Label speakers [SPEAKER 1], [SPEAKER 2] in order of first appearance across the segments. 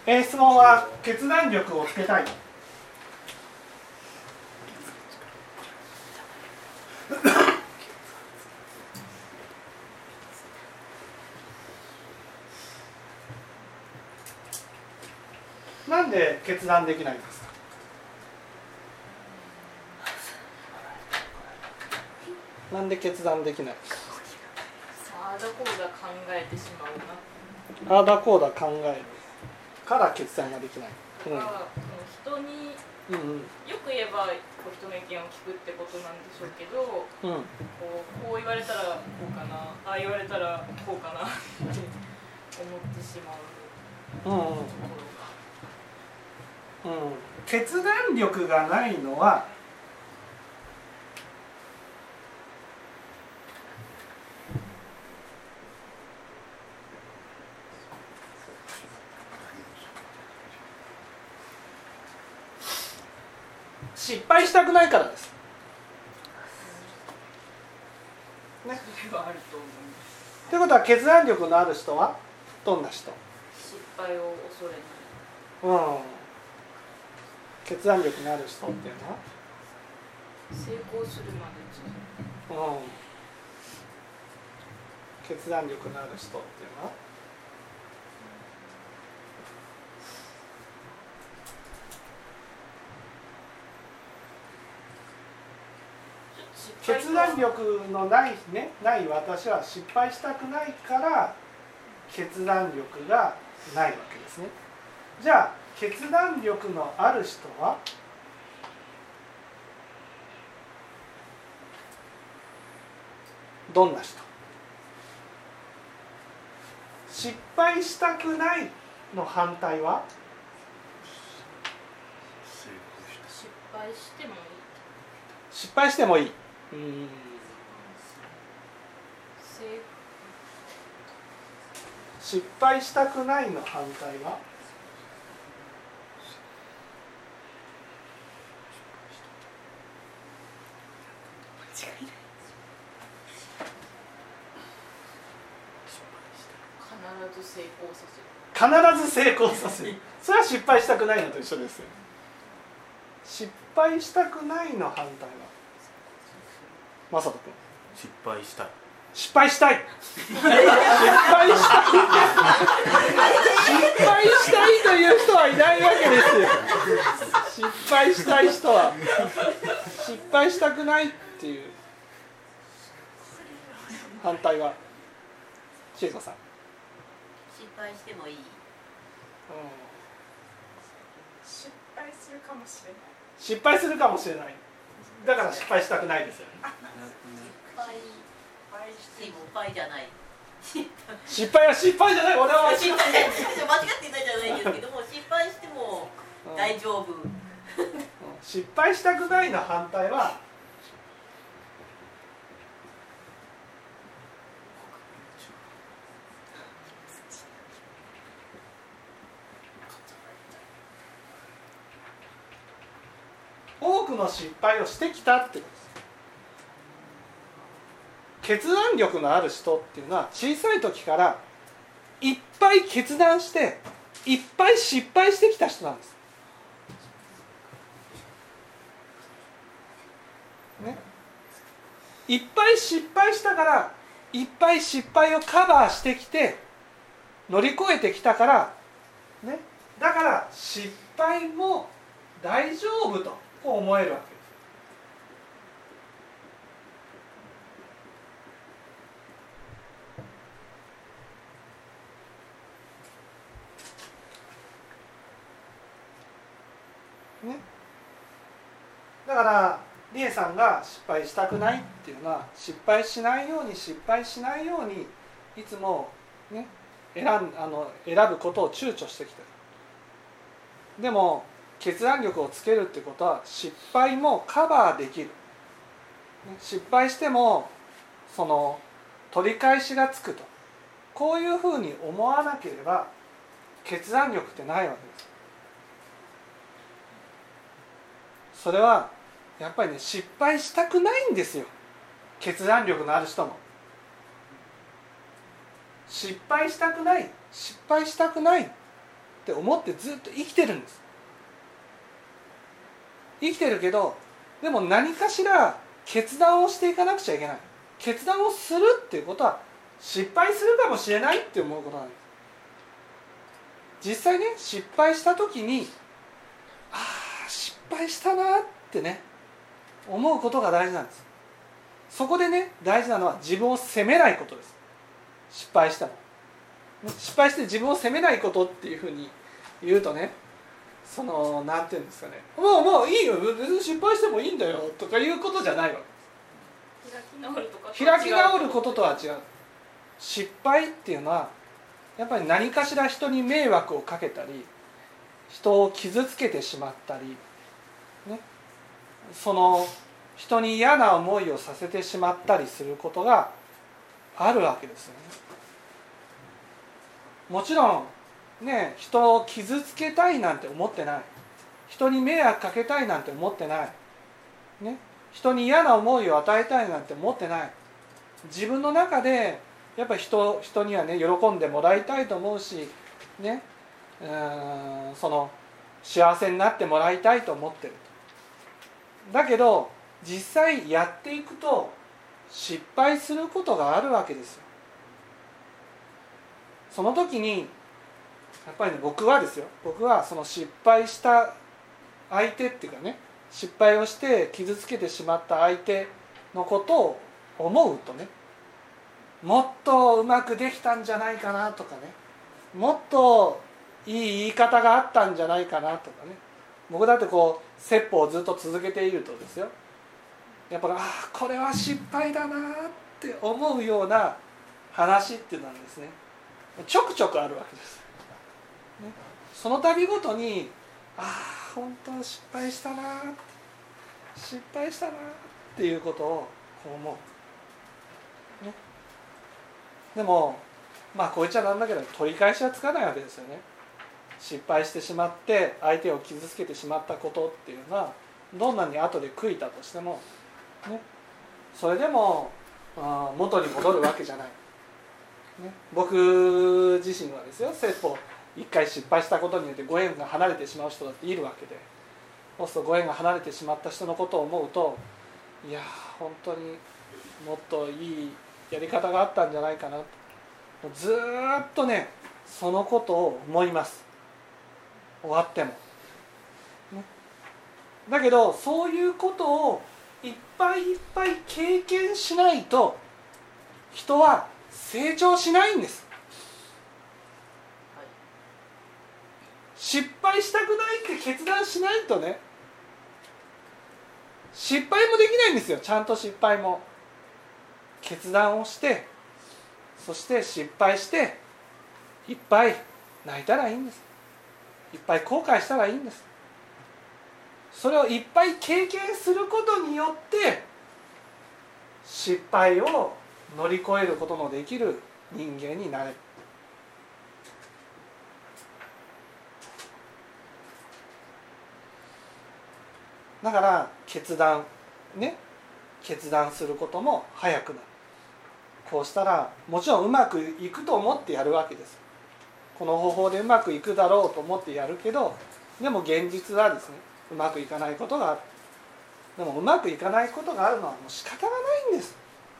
[SPEAKER 1] 質問は決断力をつけたい。なんで決断できないんですか？なんで決断できない？
[SPEAKER 2] ああだこうだ考えてしまうな。
[SPEAKER 1] ああだこうだ考えるから決断ができない。
[SPEAKER 2] だから人に、よく言えば人の意見を聞くってことなんでしょうけど、こう言われたらこうかな、ああ言われたらこうかなって思ってしまうところが、
[SPEAKER 1] 決断力がないのは失敗したくないからです。ね。
[SPEAKER 2] それはあると思います。
[SPEAKER 1] ということは決断力のある人はどんな人？
[SPEAKER 2] 失敗を恐れない。
[SPEAKER 1] 決断力のある人っていうのは
[SPEAKER 2] 成功するまで続く。
[SPEAKER 1] 決断力のある人っていうのは決断力のない私は失敗したくないから決断力がないわけですね。じゃあ決断力のある人はどんな人？失敗したくないの反対は
[SPEAKER 2] 失敗してもいい。
[SPEAKER 1] 失敗してもいい。失敗したくないの反対は
[SPEAKER 2] 必ず成功させる。
[SPEAKER 1] 必ず成功させる。それは失敗したくないのと一緒ですよ。失敗したくないの反対はマサト君。
[SPEAKER 3] 失敗したい。
[SPEAKER 1] 失敗したい。失敗したい。失敗したいという人はいないわけですよ。失敗したい人は失敗したくないっていう反対は千恵子さん。
[SPEAKER 4] 失敗してもいい。
[SPEAKER 2] 失敗するかもしれない。
[SPEAKER 1] 失敗するかもしれない。だから失敗したくないですよね。
[SPEAKER 4] 失敗じゃない。
[SPEAKER 1] 失敗は失敗じゃない。俺は
[SPEAKER 4] 失敗間違ってないじゃないですけども、失敗しても大丈夫。
[SPEAKER 1] 失敗したくないの反対は多くの失敗をしてきたってことです。決断力のある人っていうのは小さい時からいっぱい決断していっぱい失敗してきた人なんです、ね、いっぱい失敗したからいっぱい失敗をカバーしてきて乗り越えてきたから、ね、だから失敗も大丈夫とこう思えるわけです。ね、だからリエさんが失敗したくないっていうのは失敗しないようにいつも、ね、選ぶことを躊躇してきてる。でも決断力をつけるってことは失敗もカバーできる。失敗してもその取り返しがつくと、こういうふうに思わなければ決断力ってないわけです。それはやっぱりね、失敗したくないんですよ。決断力のある人も失敗したくないっって思ってずっと生きてるんです。生きてるけど、でも何かしら決断をしていかなくちゃいけない。決断をするっていうことは失敗するかもしれないって思うことなんです。実際ね、失敗した時に失敗したなってね思うことが大事なんです。そこでね、大事なのは自分を責めないことです。失敗したの失敗して自分を責めないことっていうふうに言うとね、なんていうんですかね、もういいよ、別に失敗してもいいんだよとかいうことじゃないわけです。開き直ることとは違う。失敗っていうのはやっぱり何かしら人に迷惑をかけたり、人を傷つけてしまったり、ね、人に嫌な思いをさせてしまったりすることがあるわけですよね。もちろんね、人を傷つけたいなんて思ってない、人に迷惑かけたいなんて思ってない、ね、人に嫌な思いを与えたいなんて思ってない。自分の中でやっぱり人にはね喜んでもらいたいと思うし、ね、幸せになってもらいたいと思ってる。だけど実際やっていくと失敗することがあるわけですよ。その時にやっぱりね、僕はその失敗した相手っていうかね、失敗をして傷つけてしまった相手のことを思うとね、もっとうまくできたんじゃないかなとかね、もっといい言い方があったんじゃないかなとかね。僕だって説法をずっと続けているとですよ、やっぱりこれは失敗だなって思うような話っていうのはですね、ちょくちょくあるわけです、ね、その度ごとに本当は失敗したなっていうことを思う、ね、でもこう言っちゃなんだけど取り返しはつかないわけですよね。失敗してしまって相手を傷つけてしまったことっていうのはどんなに後で悔いたとしても、ね、それでも元に戻るわけじゃない、ね、僕自身はですよ、説法一回失敗したことによってご縁が離れてしまう人だっているわけで、そうするとご縁が離れてしまった人のことを思うと、いや本当にもっといいやり方があったんじゃないかなとずっとねそのことを思います、終わっても、ね、だけどそういうことをいっぱいいっぱい経験しないと人は成長しないんです、はい、失敗したくないって決断しないとね、失敗もできないんですよ。ちゃんと失敗も決断をして、そして失敗していっぱい泣いたらいいんです。いっぱい後悔したらいいんです。それをいっぱい経験することによって失敗を乗り越えることのできる人間になれる。だから決断することも早くなる。こうしたらもちろんうまくいくと思ってやるわけです。この方法でうまくいくだろうと思ってやるけど、でも現実はですね、うまくいかないことがある。でもうまくいかないことがあるのはもう仕方がないんです。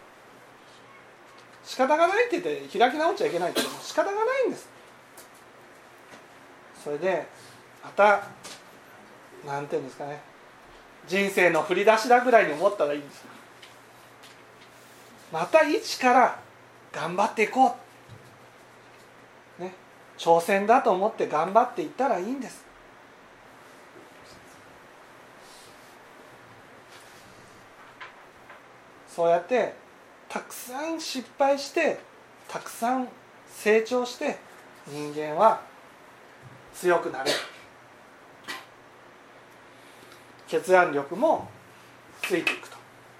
[SPEAKER 1] 仕方がないって言って開き直っちゃいけないけども仕方がないんです。それでまたなんていうんですかね、人生の振り出しだぐらいに思ったらいいんです。また一から頑張っていこう、ね、挑戦だと思って頑張っていったらいいんです。そうやってたくさん失敗してたくさん成長して人間は強くなれる。決断力もついていくと。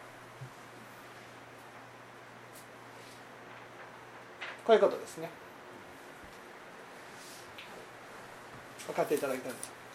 [SPEAKER 1] こういうことですね。分かっていただけたらと思います。